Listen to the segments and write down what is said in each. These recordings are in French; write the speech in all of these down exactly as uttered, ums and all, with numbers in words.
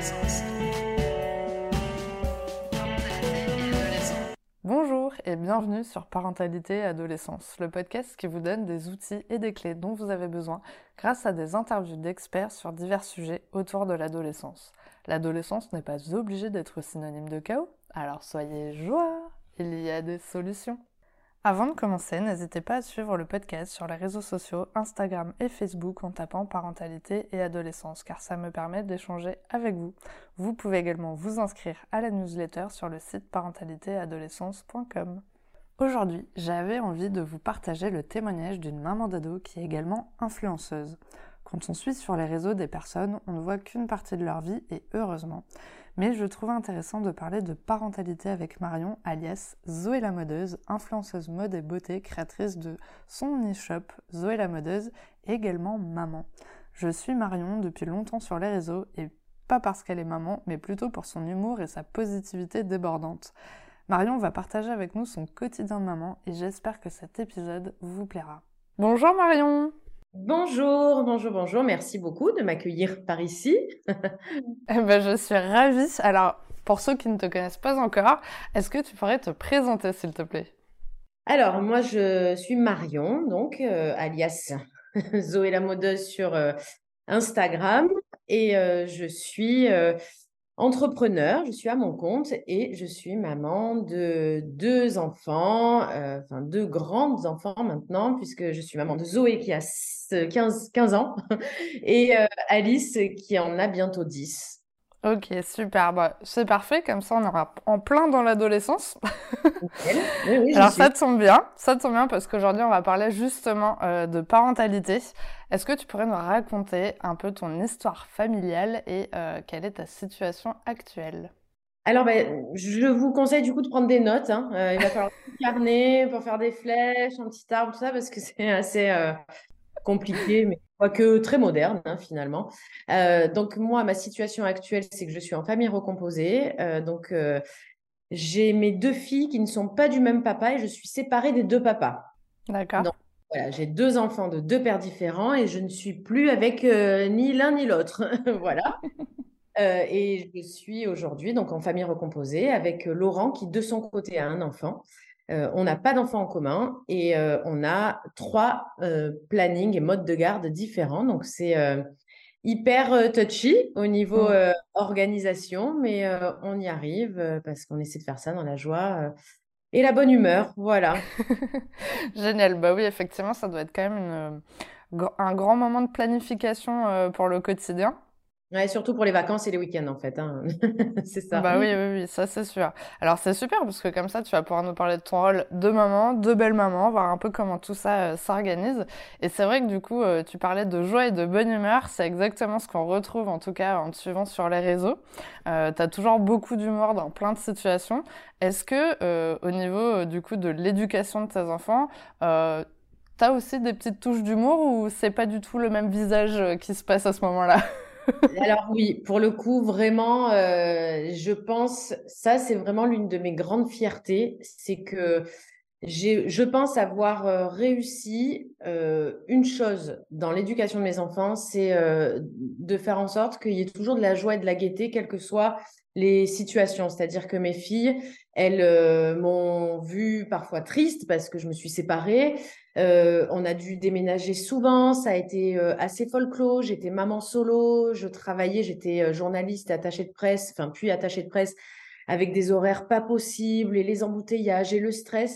adolescence. Parentalité et adolescence. Bonjour et bienvenue sur Parentalité et Adolescence, le podcast qui vous donne des outils et des clés dont vous avez besoin grâce à des interviews d'experts sur divers sujets autour de l'adolescence. L'adolescence n'est pas obligée d'être synonyme de chaos, alors soyez joie, il y a des solutions. Avant de commencer, n'hésitez pas à suivre le podcast sur les réseaux sociaux, Instagram et Facebook en tapant Parentalité et Adolescence, car ça me permet d'échanger avec vous. Vous pouvez également vous inscrire à la newsletter sur le site parentalité adolescence point com. Aujourd'hui, j'avais envie de vous partager le témoignage d'une maman d'ado qui est également influenceuse. Quand on suit sur les réseaux des personnes, on ne voit qu'une partie de leur vie et heureusement. Mais je trouvais intéressant de parler de parentalité avec Marion, alias Zoé la modeuse, influenceuse mode et beauté, créatrice de son e-shop Zoé la modeuse et également maman. Je suis Marion depuis longtemps sur les réseaux et pas parce qu'elle est maman, mais plutôt pour son humour et sa positivité débordante. Marion va partager avec nous son quotidien de maman et j'espère que cet épisode vous plaira. Bonjour Marion! Bonjour, bonjour, bonjour. Merci beaucoup de m'accueillir par ici. Eh ben, je suis ravie. Alors, pour ceux qui ne te connaissent pas encore, est-ce que tu pourrais te présenter, s'il te plaît? Alors, moi, je suis Marion, donc, euh, alias Zoé la modeuse sur euh, Instagram. Et euh, je suis euh, entrepreneur, je suis à mon compte et je suis maman de deux enfants, euh, enfin deux grands enfants maintenant, puisque je suis maman de Zoé qui a quinze, quinze ans et euh, Alice qui en a bientôt dix. Ok, super. Bah, c'est parfait. Comme ça, on aura en plein dans l'adolescence. Nickel. Oui, oui, j'y Alors, suis. ça tombe bien. Ça tombe bien parce qu'aujourd'hui, on va parler justement euh, de parentalité. Est-ce que tu pourrais nous raconter un peu ton histoire familiale et euh, quelle est ta situation actuelle? Alors, ben, je vous conseille du coup de prendre des notes, hein. Euh, il va falloir un carnet pour faire des flèches, un petit arbre, tout ça, parce que c'est assez euh, compliqué, mais quoique très moderne, hein, finalement. Euh, donc, moi, ma situation actuelle, c'est que je suis en famille recomposée. Euh, donc, euh, j'ai mes deux filles qui ne sont pas du même papa et je suis séparée des deux papas. D'accord. Donc, voilà, j'ai deux enfants de deux pères différents et je ne suis plus avec euh, ni l'un ni l'autre. Voilà. Euh, et je suis aujourd'hui donc en famille recomposée avec euh, Laurent qui, de son côté, a un enfant. Euh, on n'a pas d'enfant en commun et euh, on a trois euh, plannings et modes de garde différents. Donc, c'est euh, hyper euh, touchy au niveau Mm. euh, organisation, mais euh, on y arrive euh, parce qu'on essaie de faire ça dans la joie euh, et la bonne humeur. Voilà. Génial. Bah oui, effectivement, ça doit être quand même une, gr- un grand moment de planification euh, pour le quotidien. Ouais, surtout pour les vacances et les week-ends, en fait, hein. C'est ça. Bah oui, oui, oui, ça c'est sûr. Alors c'est super parce que comme ça tu vas pouvoir nous parler de ton rôle de maman, de belle maman, voir un peu comment tout ça euh, s'organise. Et c'est vrai que du coup euh, tu parlais de joie et de bonne humeur, c'est exactement ce qu'on retrouve en tout cas en te suivant sur les réseaux. Euh, t'as toujours beaucoup d'humour dans plein de situations. Est-ce que euh, au niveau euh, du coup de l'éducation de tes enfants, euh, t'as aussi des petites touches d'humour ou c'est pas du tout le même visage euh, qui se passe à ce moment-là? Alors oui, pour le coup, vraiment, euh, je pense, ça c'est vraiment l'une de mes grandes fiertés, c'est que j'ai, je pense avoir euh, réussi euh, une chose dans l'éducation de mes enfants, c'est euh, de faire en sorte qu'il y ait toujours de la joie et de la gaieté, quelles que soient les situations. C'est-à-dire que mes filles, elles euh, m'ont vue parfois triste parce que je me suis séparée. Euh, on a dû déménager souvent, ça a été euh, assez folklore. J'étais maman solo, je travaillais, j'étais euh, journaliste et attachée de presse, enfin puis attachée de presse avec des horaires pas possibles et les embouteillages et le stress.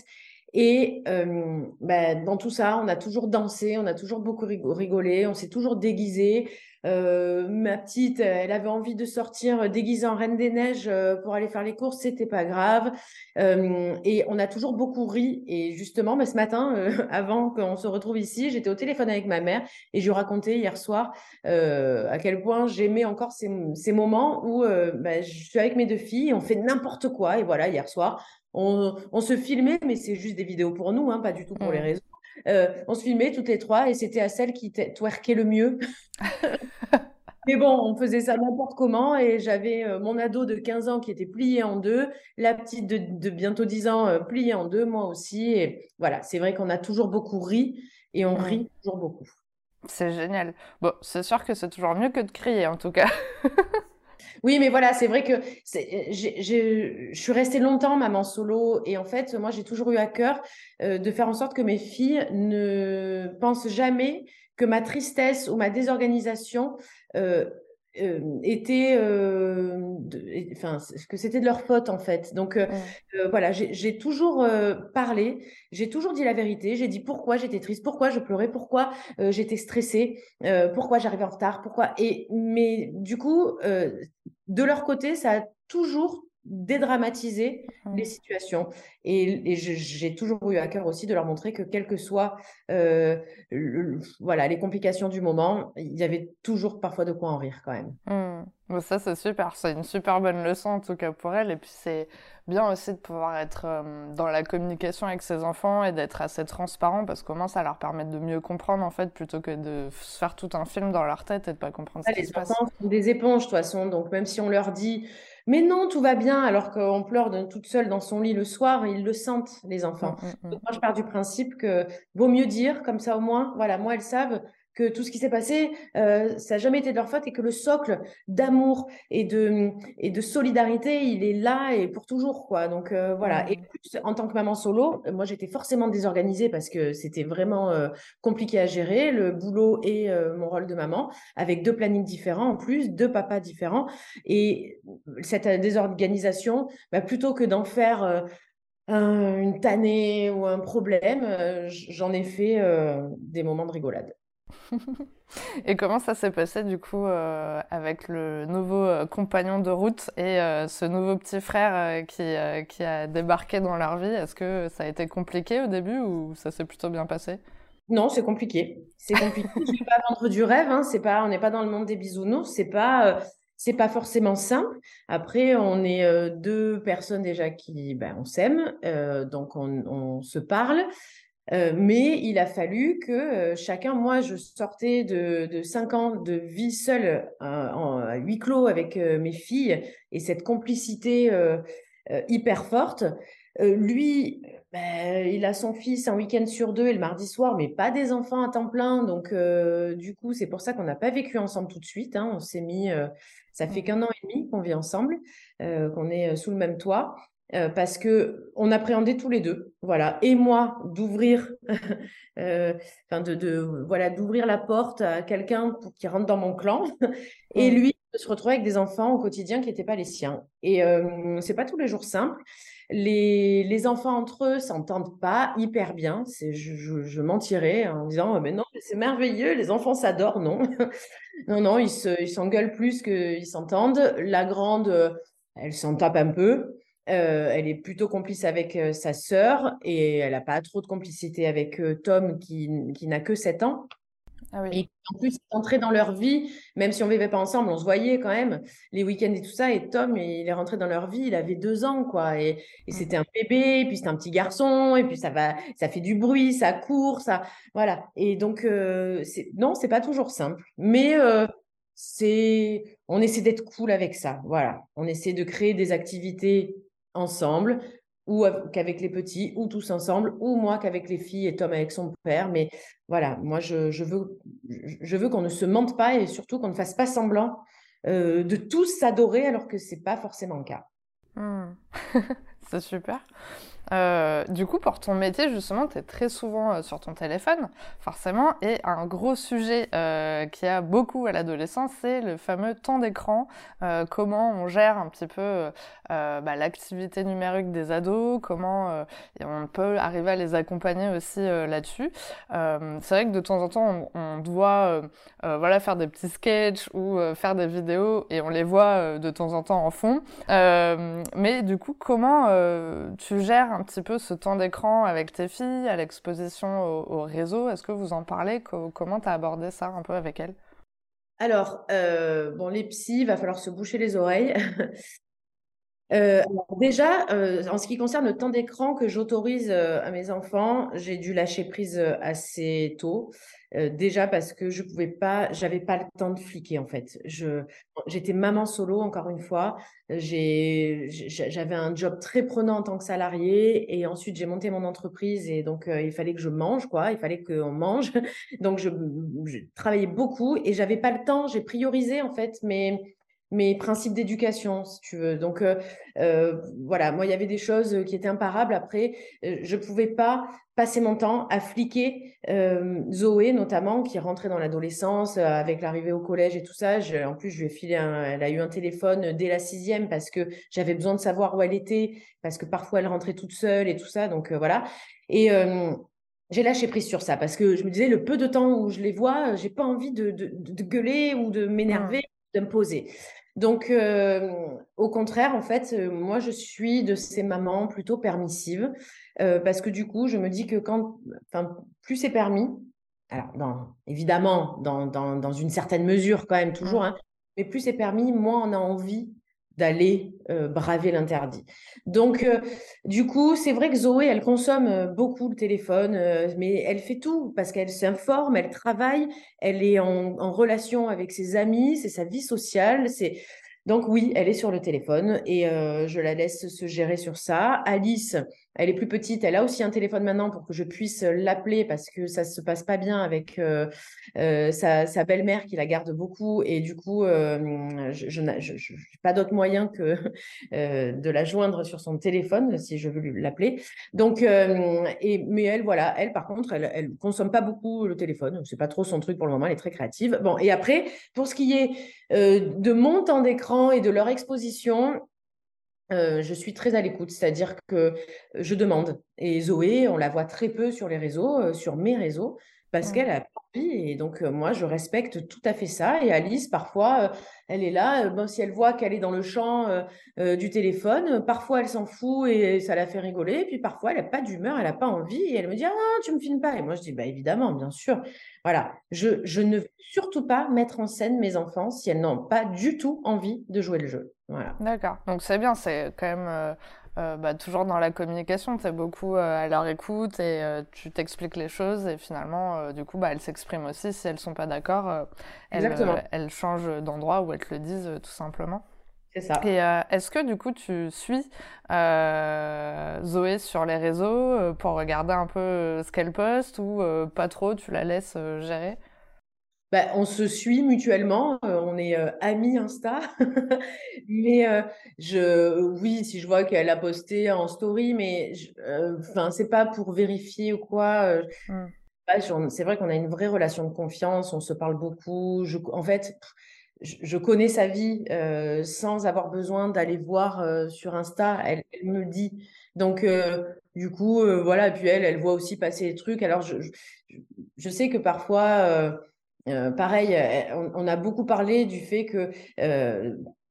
Et euh, ben, dans tout ça, on a toujours dansé, on a toujours beaucoup rigolé, on s'est toujours déguisé. Euh, ma petite, elle avait envie de sortir déguisée en Reine des Neiges euh, pour aller faire les courses, c'était pas grave. Euh, et on a toujours beaucoup ri. Et justement, ben, ce matin, euh, avant qu'on se retrouve ici, j'étais au téléphone avec ma mère et je lui racontais hier soir euh, à quel point j'aimais encore ces, ces moments où euh, ben, je suis avec mes deux filles et on fait n'importe quoi. Et voilà, hier soir, on, on se filmait, mais c'est juste des vidéos pour nous, hein, pas du tout pour les Hmm. réseaux. Euh, on se filmait toutes les trois et c'était à celle qui twerkait le mieux. Mais bon, on faisait ça n'importe comment et j'avais euh, mon ado de quinze ans qui était plié en deux, la petite de, de bientôt dix ans euh, pliée en deux, moi aussi. Et voilà, c'est vrai qu'on a toujours beaucoup ri et on Hmm. rit toujours beaucoup. C'est génial. Bon, c'est sûr que c'est toujours mieux que de crier en tout cas. Oui, mais voilà, c'est vrai que c'est, j'ai, j'ai- je suis restée longtemps maman solo et en fait, moi, j'ai toujours eu à cœur euh, de faire en sorte que mes filles ne pensent jamais que ma tristesse ou ma désorganisation euh, euh, était, euh, de- enfin, que c'était de leur faute en fait. Donc euh, Mm. euh, voilà, j'ai j'ai toujours euh, parlé, j'ai toujours dit la vérité, j'ai dit pourquoi j'étais triste, pourquoi je pleurais, pourquoi euh, j'étais stressée, euh, pourquoi j'arrivais en retard, pourquoi. Et mais du coup. euh, de leur côté, ça a toujours dédramatisé les Mm. situations. Et, et je- j'ai toujours eu à cœur aussi de leur montrer que, quelles que soient euh, le- voilà, les complications du moment, il y avait toujours parfois de quoi en rire quand même. Hmm. Bon, ça, c'est super. C'est une super bonne leçon, en tout cas pour elle. Et puis, c'est bien aussi de pouvoir être euh, dans la communication avec ses enfants et d'être assez transparent parce qu'au moins, ça leur permet de mieux comprendre, en fait, plutôt que de se faire tout un film dans leur tête et de pas comprendre ce Ah, qui les se passe. enfants sont des éponges, de toute façon. Donc, même si on leur dit, mais non, tout va bien, alors qu'on pleure de- toute seule dans son lit le soir, ils le sentent, les Hmm, enfants. hmm, hmm. Donc, moi, je pars du principe que vaut mieux dire, comme ça au moins, voilà, moi, elles savent que tout ce qui s'est passé, euh, ça n'a jamais été de leur faute et que le socle d'amour et de, et de solidarité, il est là et pour toujours, quoi. Donc, euh, voilà. Et Hmm. plus, en tant que maman solo, moi, j'étais forcément désorganisée parce que c'était vraiment euh, compliqué à gérer, le boulot et euh, mon rôle de maman avec deux plannings différents en plus, deux papas différents. Et cette désorganisation, bah, plutôt que d'en faire euh, un- une tannée ou un problème, euh, j'en ai fait euh, des moments de rigolade. Et comment ça s'est passé, du coup, euh, avec le nouveau euh, compagnon de route et euh, ce nouveau petit frère euh, qui, euh, qui a débarqué dans leur vie? Est-ce que ça a été compliqué au début ou ça s'est plutôt bien passé? Non, c'est compliqué. C'est compliqué. Je ne vais pas vendre du rêve. Hein. C'est pas, on n'est pas dans le monde des bisounours. C'est pas, euh, c'est pas forcément simple. Après, on est euh, deux personnes déjà qui, ben, on s'aime, euh, donc on, on se parle. Euh, mais il a fallu que euh, chacun, moi, je sortais de, de cinq ans de vie seule euh, en, à huis clos avec euh, mes filles et cette complicité euh, euh, hyper forte. Euh, lui, ben, il a son fils un week-end sur deux et le mardi soir, mais pas des enfants à temps plein. Donc, euh, du coup, c'est pour ça qu'on n'a pas vécu ensemble tout de suite. Hein. On s'est mis, euh, ça fait Mm. qu'un an et demi qu'on vit ensemble, euh, qu'on est euh, sous le même toit. Euh, parce que on appréhendait tous les deux, voilà. Et moi, d'ouvrir, euh, enfin de, de voilà, d'ouvrir la porte à quelqu'un pour qui rentre dans mon clan, et Mm. lui de se retrouver avec des enfants au quotidien qui n'étaient pas les siens. Et euh, c'est pas tous les jours simple. Les, les enfants entre eux s'entendent pas hyper bien. C'est, je, je, je mentirais en disant, mais non, c'est merveilleux, les enfants s'adorent. Non, non, non, ils se, ils s'engueulent plus qu'ils s'entendent. La grande, euh, elle s'en tape un peu. Euh, elle est plutôt complice avec euh, sa sœur et elle n'a pas trop de complicité avec euh, Tom qui, qui n'a que sept ans. Ah oui. Et en plus, entrer dans leur vie, même si on vivait pas ensemble, on se voyait quand même les week-ends et tout ça. Et Tom, il est rentré dans leur vie, il avait deux ans, quoi. Et, et Mm. c'était un bébé, et puis c'était un petit garçon, et puis ça va, ça fait du bruit, ça court, ça, voilà. Et donc, euh, c'est, non, c'est pas toujours simple, mais euh, c'est, on essaie d'être cool avec ça, voilà. On essaie de créer des activités ensemble, ou av- qu'avec les petits, ou tous ensemble, ou moi qu'avec les filles et Tom avec son père, mais voilà, moi, je, je veux, je veux qu'on ne se mente pas et surtout qu'on ne fasse pas semblant euh, de tous s'adorer alors que c'est pas forcément le cas. Mm. C'est super. Euh, du coup, pour ton métier, justement, tu es très souvent euh, sur ton téléphone, forcément, et un gros sujet euh, qui a beaucoup à l'adolescence, c'est le fameux temps d'écran, euh, comment on gère un petit peu euh, euh, bah, l'activité numérique des ados, comment euh, on peut arriver à les accompagner aussi euh, là-dessus. Euh, c'est vrai que de temps en temps, on, on doit euh, euh, voilà, faire des petits sketchs ou euh, faire des vidéos, et on les voit euh, de temps en temps en fond. Euh, mais du coup, comment euh, tu gères un petit peu ce temps d'écran avec tes filles, à l'exposition au, au réseau? Est-ce que vous en parlez? Co- comment tu as abordé ça un peu avec elles? Alors, euh, bon, les psys, il va falloir se boucher les oreilles. Euh, alors déjà, euh, en ce qui concerne le temps d'écran que j'autorise euh, à mes enfants, j'ai dû lâcher prise euh, assez tôt. Euh, déjà parce que je pouvais pas, j'avais pas le temps de fliquer en fait. Je, j'étais maman solo encore une fois. J'ai, j'ai- j'avais un job très prenant en tant que salarié et ensuite j'ai monté mon entreprise et donc euh, il fallait que je mange quoi, il fallait qu'on mange. Donc je, je travaillais beaucoup et j'avais pas le temps. J'ai priorisé en fait mes mes principes d'éducation, si tu veux. Donc, euh, euh, voilà, moi, il y avait des choses qui étaient imparables. Après, euh, je ne pouvais pas passer mon temps à fliquer euh, Zoé, notamment, qui rentrait dans l'adolescence euh, avec l'arrivée au collège et tout ça. Je- en plus, je lui ai filé un, elle a eu un téléphone dès la sixième parce que j'avais besoin de savoir où elle était, parce que parfois, elle rentrait toute seule et tout ça. Donc, euh, voilà. Et... euh, j'ai lâché prise sur ça parce que je me disais, le peu de temps où je les vois, j'ai pas envie de, de, de gueuler ou de Hmm. m'énerver, de me poser. Donc, euh, au contraire, en fait, euh, moi, je suis de ces mamans plutôt permissives euh, parce que du coup, je me dis que quand, enfin, plus c'est permis, alors, dans, évidemment, dans, dans, dans une certaine mesure quand même, toujours, Hmm. hein, mais plus c'est permis, moins on a envie d'aller euh, braver l'interdit. Donc, euh, du coup, c'est vrai que Zoé, elle consomme euh, beaucoup le téléphone, euh, mais elle fait tout parce qu'elle s'informe, elle travaille, elle est en, en relation avec ses amis, c'est sa vie sociale. C'est... Donc oui, elle est sur le téléphone et euh, je la laisse se gérer sur ça. Alice, elle est plus petite, elle a aussi un téléphone maintenant pour que je puisse l'appeler parce que ça se passe pas bien avec euh, euh, sa, sa belle-mère qui la garde beaucoup et du coup, euh, je n'ai pas d'autre moyen que euh, de la joindre sur son téléphone si je veux lui- l'appeler. Donc, euh, et, mais elle, voilà, elle par contre, elle, elle consomme pas beaucoup le téléphone. C'est pas trop son truc pour le moment. Elle est très créative. Bon, et après, pour ce qui est euh, de mon temps d'écran et de leur exposition, euh, je suis très à l'écoute, c'est-à-dire que je demande. Et Zoé, on la voit très peu sur les réseaux, euh, sur mes réseaux, parce Hmm. qu'elle a pas envie. Et donc, euh, moi, je respecte tout à fait ça. Et Alice, parfois, euh, elle est là. Euh, bon, si elle voit qu'elle est dans le champ euh, euh, du téléphone, euh, parfois, elle s'en fout et ça la fait rigoler. Et puis, parfois, elle n'a pas d'humeur, elle n'a pas envie. Et elle me dit, ah, tu me filmes pas. Et moi, je dis, bah, évidemment, bien sûr. Voilà. Je, je ne veux surtout pas mettre en scène mes enfants si elles n'ont pas du tout envie de jouer le jeu. Voilà. D'accord. Donc c'est bien, c'est quand même euh, euh, bah, toujours dans la communication, tu es beaucoup euh, à leur écoute et euh, tu t'expliques les choses et finalement, euh, du coup, bah, elles s'expriment aussi. Si elles sont pas d'accord, euh, elles, euh, Exactement. elles changent d'endroit ou elles te le disent euh, tout simplement. C'est ça. Et euh, est-ce que du coup tu suis euh, Zoé sur les réseaux euh, pour regarder un peu euh, ce qu'elle poste ou euh, pas trop, tu la laisses euh, gérer? Bah, on se suit mutuellement, euh, on est euh, amis Insta. Mais euh, je, oui, si je vois qu'elle a posté en story, mais je- euh, enfin, c'est pas pour vérifier ou quoi. euh, Hmm. bah, j'en- c'est vrai qu'on a une vraie relation de confiance, on se parle beaucoup. Je, en fait, pff, je, je connais sa vie euh, sans avoir besoin d'aller voir euh, sur Insta. Elle, elle me le dit. Donc, euh, du coup, euh, voilà. Et puis elle, elle voit aussi passer les trucs. Alors, je, je, je sais que parfois. euh, euh, pareil, euh, on, on a beaucoup parlé du fait que, euh,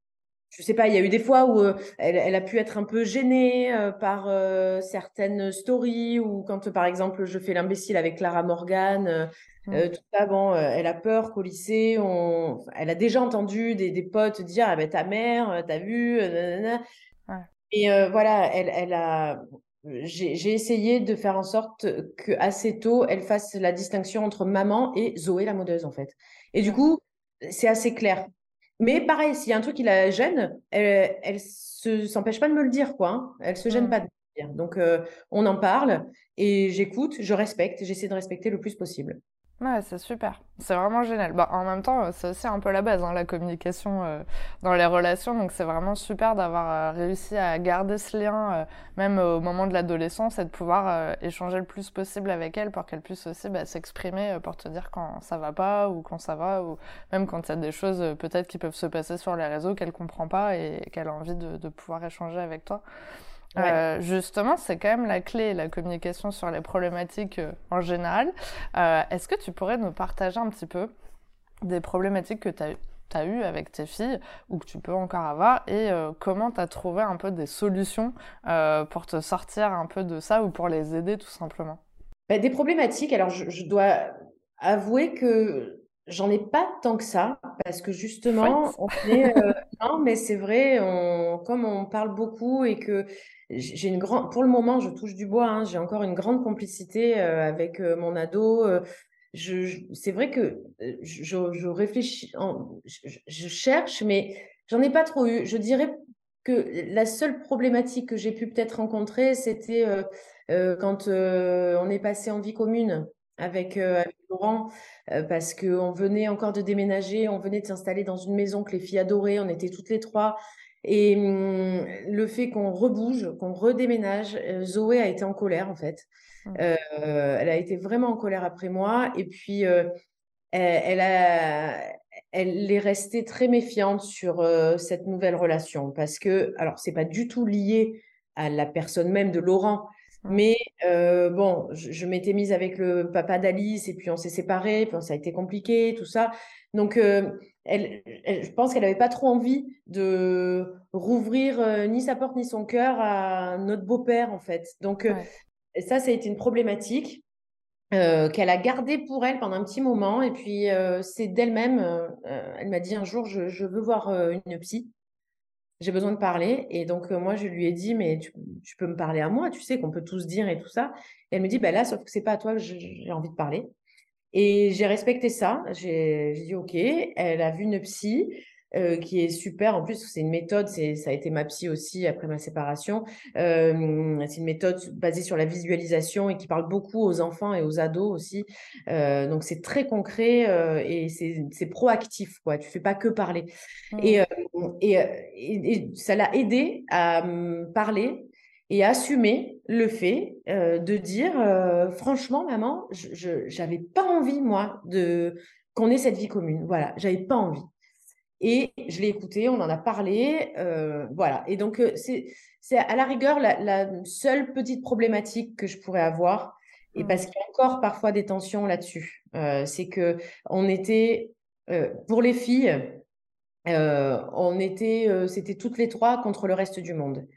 je sais pas, il y a eu des fois où euh, elle, elle a pu être un peu gênée euh, par euh, certaines stories ou quand, par exemple, je fais l'imbécile avec Clara Morgan, euh, Hmm. euh, tout ça, bon, euh, elle a peur qu'au lycée, on... enfin, elle a déjà entendu des, des potes dire, ah ben ta mère, euh, t'as vu, euh, nanana. Ouais. Et euh, voilà, elle, elle a. J'ai j'ai essayé de faire en sorte que assez tôt, elle fasse la distinction entre maman et Zoé la modeuse, en fait. Et du coup, c'est assez clair. Mais pareil, s'il y a un truc qui la gêne, elle, elle se s'empêche pas de me le dire, quoi. Hein. Elle se gêne Hmm. pas de me le dire. Donc, euh, on en parle et j'écoute, je respecte, j'essaie de respecter le plus possible. Ouais, c'est super. C'est vraiment génial. Bah, en même temps, euh, c'est aussi un peu la base, hein, la communication euh, dans les relations. Donc, c'est vraiment super d'avoir euh, réussi à garder ce lien, euh, même au moment de l'adolescence, et de pouvoir euh, échanger le plus possible avec elle pour qu'elle puisse aussi bah, s'exprimer euh, pour te dire quand ça va pas ou quand ça va, ou même quand il y a des choses euh, peut-être qui peuvent se passer sur les réseaux qu'elle comprend pas et qu'elle a envie de, de pouvoir échanger avec toi. Ouais. Euh, justement, c'est quand même la clé, la communication sur les problématiques euh, en général. Euh, est-ce que tu pourrais nous partager un petit peu des problématiques que tu as tu as eu avec tes filles ou que tu peux encore avoir et euh, comment tu as trouvé un peu des solutions euh, pour te sortir un peu de ça ou pour les aider tout simplement? Bah, des problématiques, alors je, je dois avouer que j'en ai pas tant que ça, parce que justement, Chouette. on est, euh, non, mais c'est vrai, on, comme on parle beaucoup et que j'ai une grande, pour le moment, je touche du bois, hein, j'ai encore une grande complicité euh, avec euh, mon ado. euh, je, je- c'est vrai que euh, je, je réfléchis, en- je, je cherche, mais j'en ai pas trop eu. Je dirais que la seule problématique que j'ai pu peut-être rencontrer, c'était euh, euh, quand euh, on est passé en vie commune avec, euh, avec Laurent, euh, parce qu'on venait encore de déménager, on venait de s'installer dans une maison que les filles adoraient, on était toutes les trois. Et hum, le fait qu'on rebouge, qu'on redéménage, euh, Zoé a été en colère en fait. Mm. Euh, elle a été vraiment en colère après moi. Et puis, euh, elle, elle a, elle est restée très méfiante sur euh, cette nouvelle relation parce que, alors, c'est pas du tout lié à la personne même de Laurent, Mm. mais euh, bon, je, je m'étais mise avec le papa d'Alice et puis on s'est séparés, puis ça a été compliqué, tout ça. Donc, euh, elle, elle- je pense qu'elle n'avait pas trop envie de rouvrir euh, ni sa porte ni son cœur à notre beau-père, en fait. Donc, euh, Ouais. ça, ça a été une problématique euh, qu'elle a gardée pour elle pendant un petit moment. Et puis, euh, c'est d'elle-même, euh, euh, elle m'a dit un jour, je, je veux voir euh, une psy, j'ai besoin de parler. Et donc, euh, moi, je lui ai dit, mais tu, tu peux me parler à moi, tu sais qu'on peut tous dire et tout ça. Et elle me dit, bah là, sauf que c'est pas à toi que je- j'ai envie de parler. Et j'ai respecté ça. J'ai j'ai dit OK. Elle a vu une psy euh, qui est super. En plus, c'est une méthode. C'est, ça a été ma psy aussi après ma séparation. Euh, c'est une méthode basée sur la visualisation et qui parle beaucoup aux enfants et aux ados aussi. Euh, donc, c'est très concret euh, et c'est, c'est proactif, quoi. Tu fais pas que parler. Et, Mm. euh, et, euh, et- et ça l'a aidé à me parler et assumer le fait euh, de dire euh, franchement, maman, je, je- j'avais pas envie, moi, de qu'on ait cette vie commune. Voilà, j'avais pas envie. Et je l'ai écouté, on en a parlé, euh, voilà. Et donc, euh, c'est, c'est à la rigueur la, la seule petite problématique que je pourrais avoir. Et Mm. parce qu'il y a encore parfois des tensions là-dessus. Euh, c'est que on était, euh, pour les filles, euh, on était, euh, c'était toutes les trois contre le reste du monde.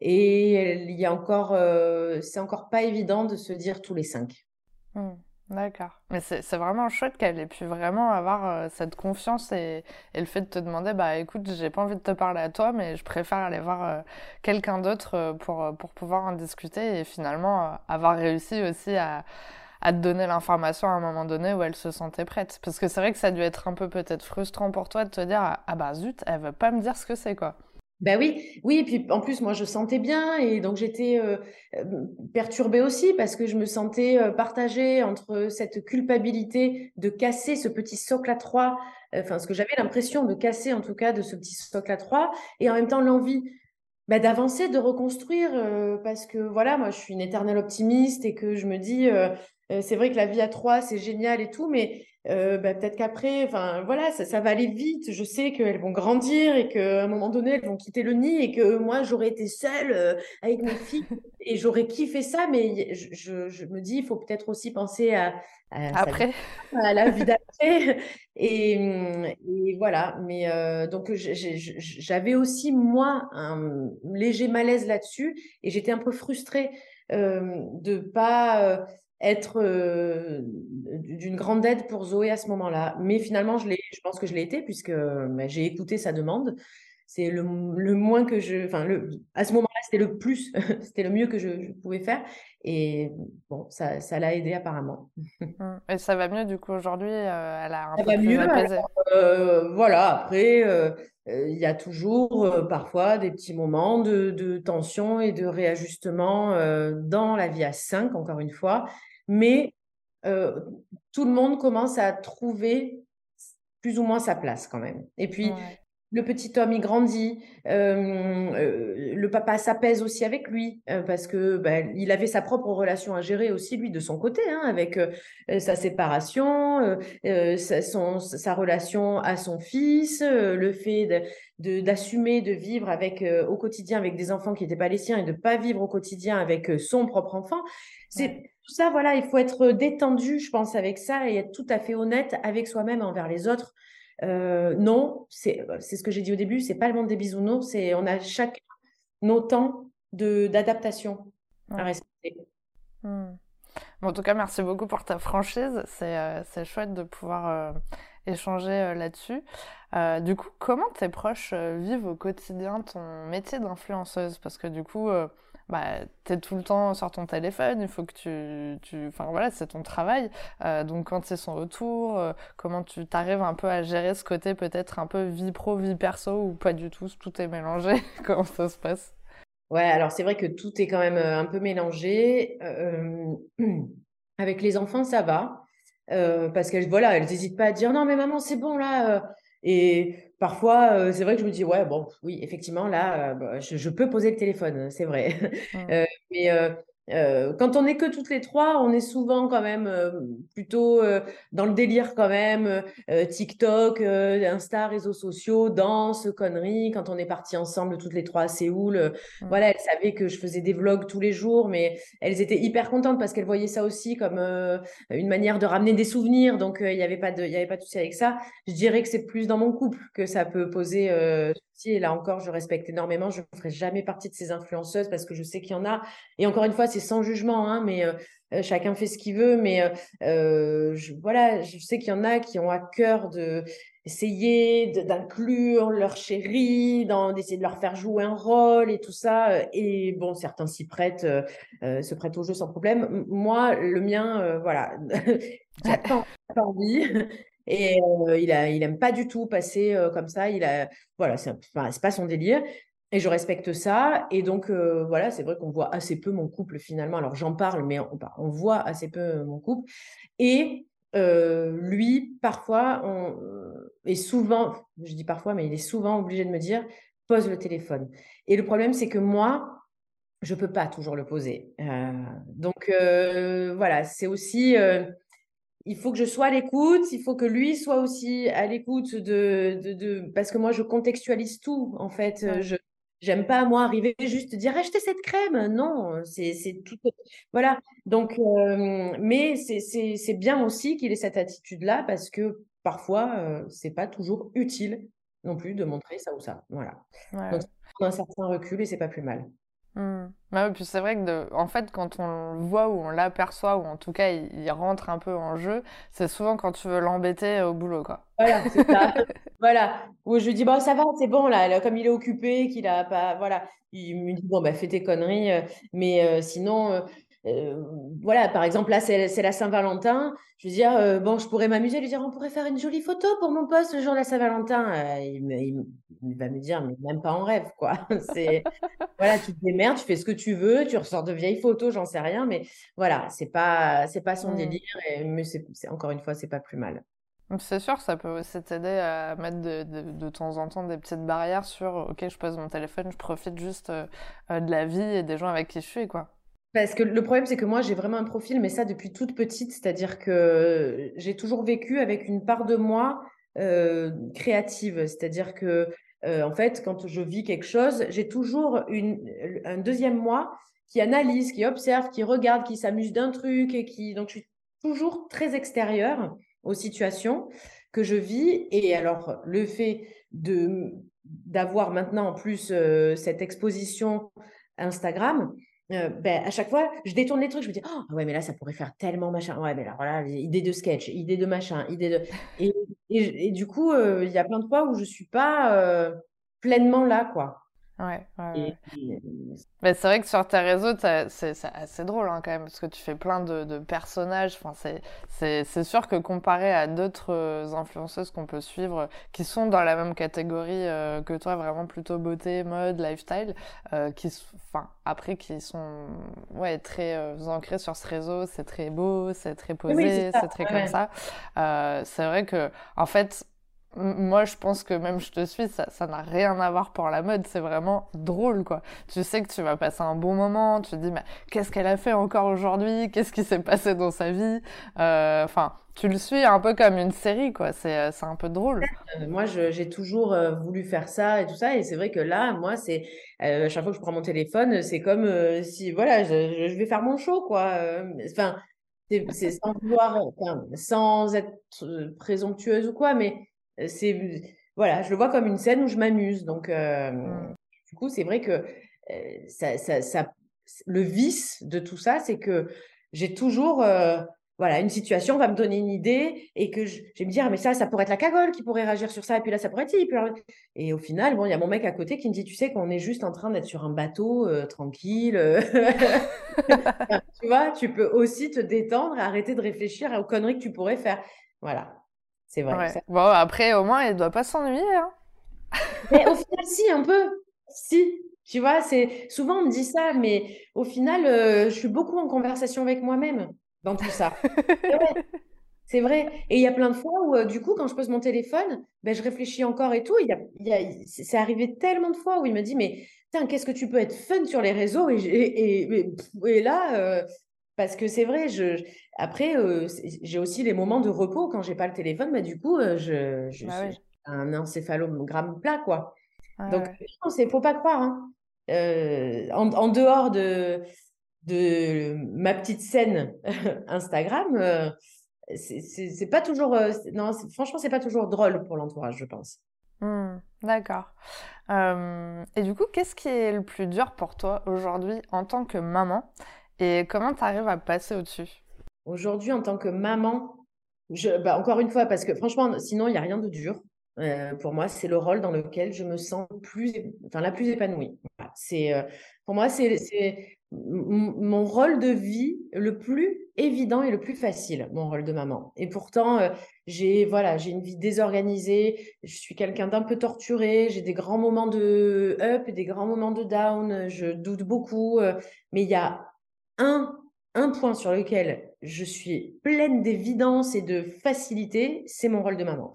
Et il y a encore, euh, c'est encore pas évident de se dire tous les cinq. Mm. D'accord. Mais c'est c'est vraiment chouette qu'elle ait pu vraiment avoir euh, cette confiance et, et le fait de te demander, bah écoute, j'ai pas envie de te parler à toi, mais je préfère aller voir euh, quelqu'un d'autre euh, pour, euh, pour pouvoir en discuter et finalement euh, avoir réussi aussi à, à te donner l'information à un moment donné où elle se sentait prête. Parce que c'est vrai que ça a dû être un peu peut-être frustrant pour toi de te dire, ah bah zut, elle veut pas me dire ce que c'est quoi. Ben oui, oui, et puis en plus, moi, je sentais bien et donc j'étais euh, euh, perturbée aussi parce que je me sentais euh, partagée entre cette culpabilité de casser ce petit socle à trois, euh, enfin, ce que j'avais l'impression de casser en tout cas de ce petit socle à trois, et en même temps l'envie bah, d'avancer, de reconstruire, euh, parce que voilà, moi, je suis une éternelle optimiste et que je me dis, euh, euh, c'est vrai que la vie à trois, c'est génial et tout, mais euh, bah, peut-être qu'après, enfin voilà, ça, ça va aller vite. Je sais qu'elles vont grandir et qu'à un moment donné, elles vont quitter le nid et que moi, j'aurais été seule euh, avec mes filles et j'aurais kiffé ça, mais je, je, je me dis, il faut peut-être aussi penser à, à sa vie, Après, à la vie d'après. Et, hum, et voilà, mais euh, donc j'ai- j'ai- j'avais aussi moi un léger malaise là-dessus et j'étais un peu frustrée euh, de pas euh, être euh, d'une grande aide pour Zoé à ce moment-là. Mais finalement, je l'ai, je pense que je l'ai été puisque bah, j'ai écouté sa demande. C'est le, le moins que je, enfin le, à ce moment-là, c'était le plus, c'était le mieux que je, je pouvais faire. Et bon, ça, ça l'a aidé apparemment. mm. Et ça va mieux du coup aujourd'hui, euh, elle a un Ça peu va plus mieux. apaisé. Euh, voilà, après, euh, euh, il y a toujours euh, parfois des petits moments de, de tension et de réajustement euh, dans la vie à cinq, encore une fois. Mais euh, tout le monde commence à trouver plus ou moins sa place quand même. Et puis, Ouais. le petit homme, il grandit. Euh, euh, le papa s'apaise aussi avec lui euh, parce que ben, il avait sa propre relation à gérer aussi lui de son côté, hein, avec euh, sa séparation, euh, euh, sa, son- sa relation à son fils, euh, le fait de, de- d'assumer de vivre avec euh, au quotidien avec des enfants qui n'étaient pas les siens et de pas vivre au quotidien avec euh, son propre enfant. Ouais. C'est tout ça, voilà, il faut être détendu, je pense, avec ça et être tout à fait honnête avec soi-même envers les autres. Euh, non, c'est c'est ce que j'ai dit au début, c'est pas le monde des bisounours, c'est on a chaque nos temps de d'adaptation à Ouais. respecter. Mm. Bon, en tout cas, merci beaucoup pour ta franchise. C'est euh, c'est chouette de pouvoir euh, échanger euh, là-dessus. Euh, du coup, comment tes proches euh, vivent au quotidien ton métier d'influenceuse? Parce que du coup, euh, bah, t'es tout le temps sur ton téléphone, il faut que tu... tu... Enfin voilà, c'est ton travail. Euh, donc quand ils sont autour, euh, comment tu t'arrives un peu à gérer ce côté peut-être un peu vie pro, vie perso ou pas du tout, tout est mélangé? Comment ça se passe? Ouais, alors c'est vrai que tout est quand même euh, un peu mélangé. Euh, avec les enfants, ça va. euh, parce qu'elles, voilà, elles n'hésitent pas à dire non, mais maman, c'est bon là. euh. Et parfois, euh, c'est vrai que je me dis, ouais, bon, oui, effectivement, là, euh, bah, je, je peux poser le téléphone, c'est vrai. Mm. Euh, mais euh, euh, quand on n'est que toutes les trois, on est souvent quand même euh, plutôt euh, dans le délire quand même. euh, TikTok, euh, Insta, réseaux sociaux, danse, conneries. Quand on est partis ensemble toutes les trois à Séoul, euh, Mm. voilà, elles savaient que je faisais des vlogs tous les jours, mais elles étaient hyper contentes parce qu'elles voyaient ça aussi comme euh, une manière de ramener des souvenirs. Donc, euh, il n'y avait pas de, il y avait pas de souci avec ça. Je dirais que c'est plus dans mon couple que ça peut poser euh, souci. Et là encore, je respecte énormément. Je ne ferai jamais partie de ces influenceuses parce que je sais qu'il y en a. Et encore une fois, c'est sans jugement, hein, mais euh, euh, chacun fait ce qu'il veut. Mais euh, euh, je, voilà, je sais qu'il y en a qui ont à cœur de essayer de- d'inclure leur chérie, dans- d'essayer de leur faire jouer un rôle et tout ça. Et bon, certains s'y prêtent, euh, euh, se prêtent au jeu sans problème. M- Moi, le mien, euh, voilà, j'attends, pas envie. Et euh, il a, il aime pas du tout passer euh, comme ça. Il a, voilà, c'est un- enfin, c'est pas son délire. Et je respecte ça. Et donc, euh, voilà, c'est vrai qu'on voit assez peu mon couple finalement. Alors, j'en parle, mais on, on voit assez peu mon couple. Et euh, lui, parfois, on, est souvent, je dis parfois, mais il est souvent obligé de me dire, pose le téléphone. Et le problème, c'est que moi, je peux pas toujours le poser. Euh, donc, euh, voilà, c'est aussi... euh, il faut que je sois à l'écoute, il faut que lui soit aussi à l'écoute de, de, de- parce que moi je contextualise tout en fait. Euh, Ouais. Je j'aime pas moi arriver juste dire achetez cette crème. Non, c'est c'est tout. Voilà. Donc, euh, mais c'est c'est c'est bien aussi qu'il ait cette attitude-là parce que parfois euh, c'est pas toujours utile non plus de montrer ça ou ça. Voilà. Donc Ouais. on a un certain recul et c'est pas plus mal. Hmm. Ouais, puis c'est vrai que de... en fait, quand on le voit ou on l'aperçoit, ou en tout cas il, il rentre un peu en jeu, c'est souvent quand tu veux l'embêter au boulot, quoi. Voilà, c'est ça. Voilà. Où je lui dis, bon, ça va, c'est bon, là, là, comme il est occupé, qu'il a pas. Voilà. Il me dit, bon, bah, fais tes conneries. euh, mais euh, sinon, euh, euh, voilà, par exemple, là, c'est c'est la Saint-Valentin. Je veux dire, euh, bon, je pourrais m'amuser, lui dire, on pourrait faire une jolie photo pour mon poste le jour de la Saint-Valentin. Euh, il, me- il me- il va me dire, mais même pas en rêve, quoi. C'est, voilà, tu te démerdes, tu fais ce que tu veux, tu ressors de vieilles photos, j'en sais rien, mais voilà, c'est pas, c'est pas son Hmm. délire. Et, mais c'est, c'est- encore une fois, c'est pas plus mal. C'est sûr, ça peut aussi t'aider à mettre de, de, de temps en temps des petites barrières sur ok, je pose mon téléphone, je profite juste euh, euh, de la vie et des gens avec qui je suis, quoi. Parce que le problème, c'est que moi, j'ai vraiment un profil, mais ça depuis toute petite, c'est-à-dire que j'ai toujours vécu avec une part de moi euh, créative. C'est-à-dire que, euh, en fait, quand je vis quelque chose, j'ai toujours une, un deuxième moi qui analyse, qui observe, qui regarde, qui s'amuse d'un truc, et qui... Donc, je suis toujours très extérieure aux situations que je vis. Et alors, le fait de d'avoir maintenant en plus euh, cette exposition Instagram, euh, ben, à chaque fois, je détourne les trucs. Je me dis, oh ouais, mais là, ça pourrait faire tellement machin. Ouais, mais alors voilà, idée de sketch, idée de machin, idée de. Et, et, et du coup, euh, il y a plein de fois où je suis pas euh, pleinement là, quoi. Ouais, ouais, Et, ouais. et- Mais c'est vrai que sur tes réseaux, t'as- c'est c'est assez drôle hein, quand même, parce que tu fais plein de, de personnages. Enfin, c'est c'est- c'est sûr que comparé à d'autres euh, influenceuses qu'on peut suivre, qui sont dans la même catégorie euh, que toi, vraiment plutôt beauté, mode, lifestyle, euh, qui, s- enfin, après qui sont ouais, très euh, ancrés sur ce réseau, c'est très beau, c'est très oui, c'est posé, ça. c'est très Ouais, comme ouais. ça. Euh, c'est vrai que, en fait, M- moi, je pense que même je te suis, ça, ça n'a rien à voir pour la mode, c'est vraiment drôle, quoi. Tu sais que tu vas passer un bon moment, tu te dis, mais qu'est-ce qu'elle a fait encore aujourd'hui? Qu'est-ce qui s'est passé dans sa vie? Euh, Enfin, tu le suis un peu comme une série, quoi. C'est, euh, c'est un peu drôle. Euh, Moi, je- j'ai toujours euh, voulu faire ça et tout ça. Et c'est vrai que là, moi, c'est euh, à chaque fois que je prends mon téléphone, c'est comme euh, si, voilà, je, je vais faire mon show, quoi. Euh, Enfin, c'est c'est sans vouloir, enfin, sans être euh, présomptueuse ou quoi, mais euh, c'est, voilà, je le vois comme une scène où je m'amuse. Donc, euh, Mm. du coup, c'est vrai que euh, ça, ça, ça- le vice de tout ça, c'est que j'ai toujours, euh, voilà, une situation va me donner une idée et que je, je vais me dire, ah, mais ça, ça pourrait être la cagole qui pourrait réagir sur ça, et puis là, ça pourrait être ci, et puis là- et au final, bon, il y a mon mec à côté qui me dit, tu sais qu'on est juste en train d'être sur un bateau euh, tranquille. euh. Enfin, tu vois, tu peux aussi te détendre et arrêter de réfléchir aux conneries que tu pourrais faire. Voilà, c'est vrai. Ouais. Ça- Bon, après, au moins, elle doit pas s'ennuyer, hein. Mais au final, si, un peu. Si, tu vois, c'est souvent on me dit ça, mais au final, euh, je suis beaucoup en conversation avec moi-même dans tout ça. Et ouais, C'est vrai. Et il y a plein de fois où, euh, du coup, quand je pose mon téléphone, ben, je réfléchis encore et tout. Il y a, il y a- c'est c'est arrivé tellement de fois où il me dit, mais putain, qu'est-ce que tu peux être fun sur les réseaux? Et, j'ai- et, et, pff, et là, euh, parce que c'est vrai, je, je- après, euh, c'est- j'ai aussi les moments de repos quand j'ai pas le téléphone. Bah, du coup, euh, je, je, Bah j'ai oui. un encéphalogramme plat, quoi. Ouais, Donc, ouais. non, c'est faut pas croire, hein. Euh, en, en dehors de, de ma petite scène Instagram, euh, c'est c'est- c'est pas toujours. Euh, c'est- non, c'est- franchement, c'est pas toujours drôle pour l'entourage, je pense. Hmm, d'accord. Euh, et du coup, qu'est-ce qui est le plus dur pour toi aujourd'hui en tant que maman et comment tu arrives à passer au-dessus? Aujourd'hui, en tant que maman, je, bah, encore une fois, parce que franchement, sinon, il n'y a rien de dur. Euh, pour moi, c'est le rôle dans lequel je me sens plus, enfin, la plus épanouie. Voilà. C'est, euh, pour moi, c'est, c'est m- mon rôle de vie le plus évident et le plus facile, mon rôle de maman. Et pourtant, euh, j'ai, voilà, j'ai une vie désorganisée, je suis quelqu'un d'un peu torturé, j'ai des grands moments de up et des grands moments de down, je doute beaucoup, euh, mais il y a un un point sur lequel je suis pleine d'évidence et de facilité, c'est mon rôle de maman.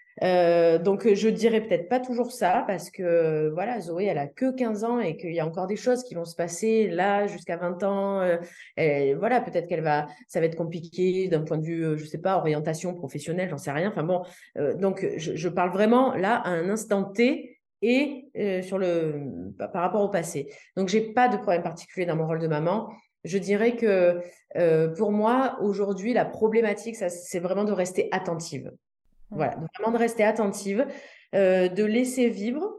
Euh, donc, je dirais peut-être pas toujours ça parce que voilà, Zoé, elle a que quinze ans et qu'il y a encore des choses qui vont se passer là jusqu'à vingt ans. Euh, et voilà, peut-être qu'elle va, ça va être compliqué d'un point de vue, euh, je sais pas, orientation professionnelle, j'en sais rien. Enfin bon, euh, donc je, je parle vraiment là à un instant T et euh, sur le par rapport au passé. Donc, j'ai pas de problème particulier dans mon rôle de maman. Je dirais que euh, pour moi, aujourd'hui, la problématique, ça, c'est vraiment de rester attentive. Hmm. Voilà, donc vraiment de rester attentive, euh, de laisser vivre,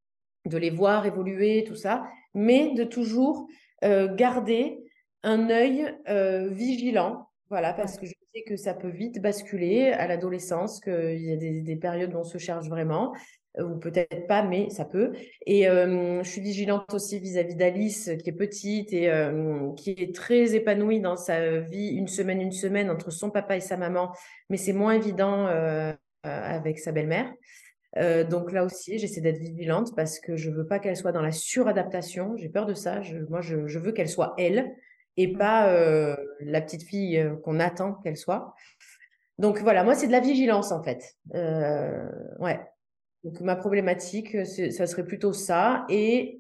de les voir évoluer, tout ça, mais de toujours euh, garder un œil euh, vigilant. Voilà, parce Ouais. que je sais que ça peut vite basculer à l'adolescence, qu'il y a des, des périodes où on se cherche vraiment, euh, ou peut-être pas, mais ça peut. Et euh, je suis vigilante aussi vis-à-vis d'Alice, qui est petite et euh, qui est très épanouie dans sa vie, une semaine, une semaine, entre son papa et sa maman, mais c'est moins évident euh, euh, avec sa belle-mère. Euh, donc là aussi, j'essaie d'être vigilante parce que je veux pas qu'elle soit dans la suradaptation. J'ai peur de ça. Je- moi, je, je veux qu'elle soit elle et Hmm. pas euh, la petite fille euh, qu'on attend qu'elle soit. Donc voilà, moi, c'est de la vigilance en fait. Euh, ouais. Donc ma problématique, c'est- ça serait plutôt ça. Et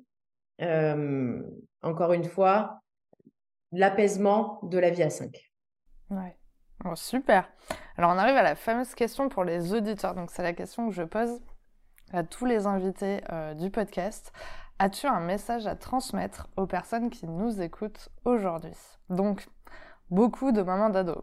euh, encore une fois, l'apaisement de la vie à cinq. Ouais. Bon, super. Alors on arrive à la fameuse question pour les auditeurs. Donc c'est la question que je pose à tous les invités euh, du podcast. As-tu un message à transmettre aux personnes qui nous écoutent aujourd'hui? Donc, beaucoup de mamans d'ados.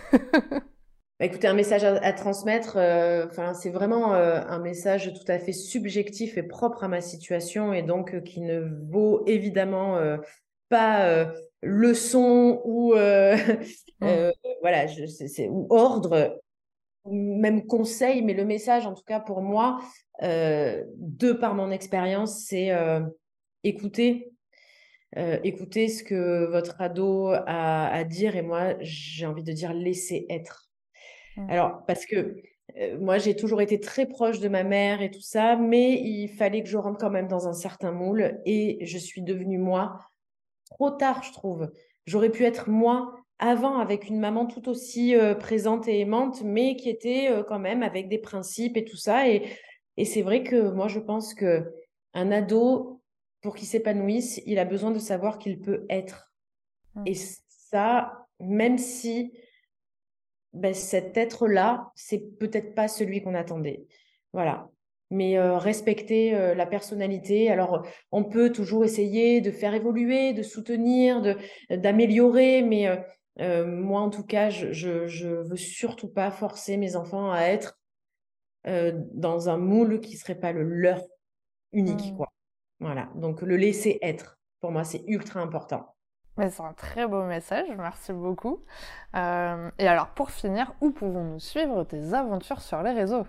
Bah, écoutez, un message à, à transmettre, euh, enfin, c'est vraiment euh, un message tout à fait subjectif et propre à ma situation et donc euh, qui ne vaut évidemment euh, pas euh, leçon ou euh, euh, Hmm. voilà, je, c'est, c'est- ou ordre, ou même conseil, mais le message, en tout cas pour moi, euh, de par mon expérience, c'est euh, écouter, euh, écouter ce que votre ado a à dire et moi, j'ai envie de dire laisser être. Hmm. Alors, parce que euh, moi, j'ai toujours été très proche de ma mère et tout ça, mais il fallait que je rentre quand même dans un certain moule et je suis devenue moi trop tard, je trouve. J'aurais pu être moi avant avec une maman tout aussi euh, présente et aimante, mais qui était euh, quand même avec des principes et tout ça. Et, et c'est vrai que moi, je pense que un ado, pour qu'il s'épanouisse, il a besoin de savoir qu'il peut être. Hmm. Et ça, même si ben, cet être-là, c'est peut-être pas celui qu'on attendait. Voilà. Mais euh, respecter euh, la personnalité. Alors, on peut toujours essayer de faire évoluer, de soutenir, de, d'améliorer, mais euh, euh, moi, en tout cas, je, je, je veux surtout pas forcer mes enfants à être euh, dans un moule qui serait pas le leur unique, Hmm. quoi. Voilà. Donc, le laisser être, pour moi, c'est ultra important. Mais c'est un très beau message, merci beaucoup. Euh, et alors, pour finir, où pouvons-nous suivre tes aventures sur les réseaux?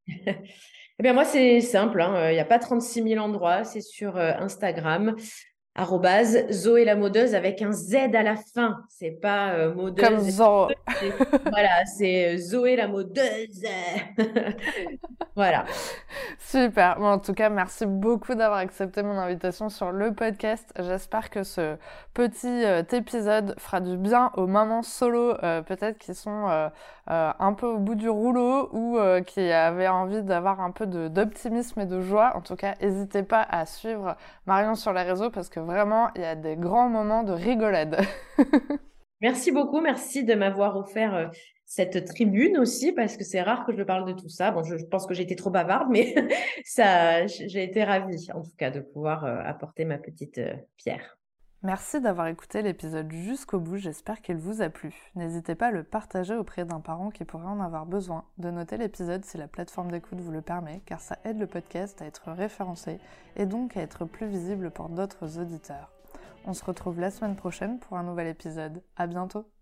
Eh bien, moi, c'est simple, hein. Il n'y a pas trente-six mille endroits. C'est sur euh, Instagram, arrobase Zoé la modeuse avec un Z à la fin. C'est pas euh, modeuse. Comme Zorro. C'est- Voilà, c'est euh, Zoé la modeuse. Voilà. Super. Bon, en tout cas, merci beaucoup d'avoir accepté mon invitation sur le podcast. J'espère que ce petit euh, épisode fera du bien aux mamans solo, euh, peut-être qui sont euh, euh, un peu au bout du rouleau ou euh, qui avaient envie d'avoir un peu de, d'optimisme et de joie. En tout cas, n'hésitez pas à suivre Marion sur les réseaux parce que vraiment, il y a des grands moments de rigolade. Merci beaucoup. Merci de m'avoir offert euh, cette tribune aussi, parce que c'est rare que je parle de tout ça. Bon, je, je pense que j'ai été trop bavarde, mais ça, j'ai été ravie, en tout cas, de pouvoir euh, apporter ma petite euh, pierre. Merci d'avoir écouté l'épisode jusqu'au bout, j'espère qu'il vous a plu. N'hésitez pas à le partager auprès d'un parent qui pourrait en avoir besoin, de noter l'épisode si la plateforme d'écoute vous le permet, car ça aide le podcast à être référencé et donc à être plus visible pour d'autres auditeurs. On se retrouve la semaine prochaine pour un nouvel épisode. À bientôt!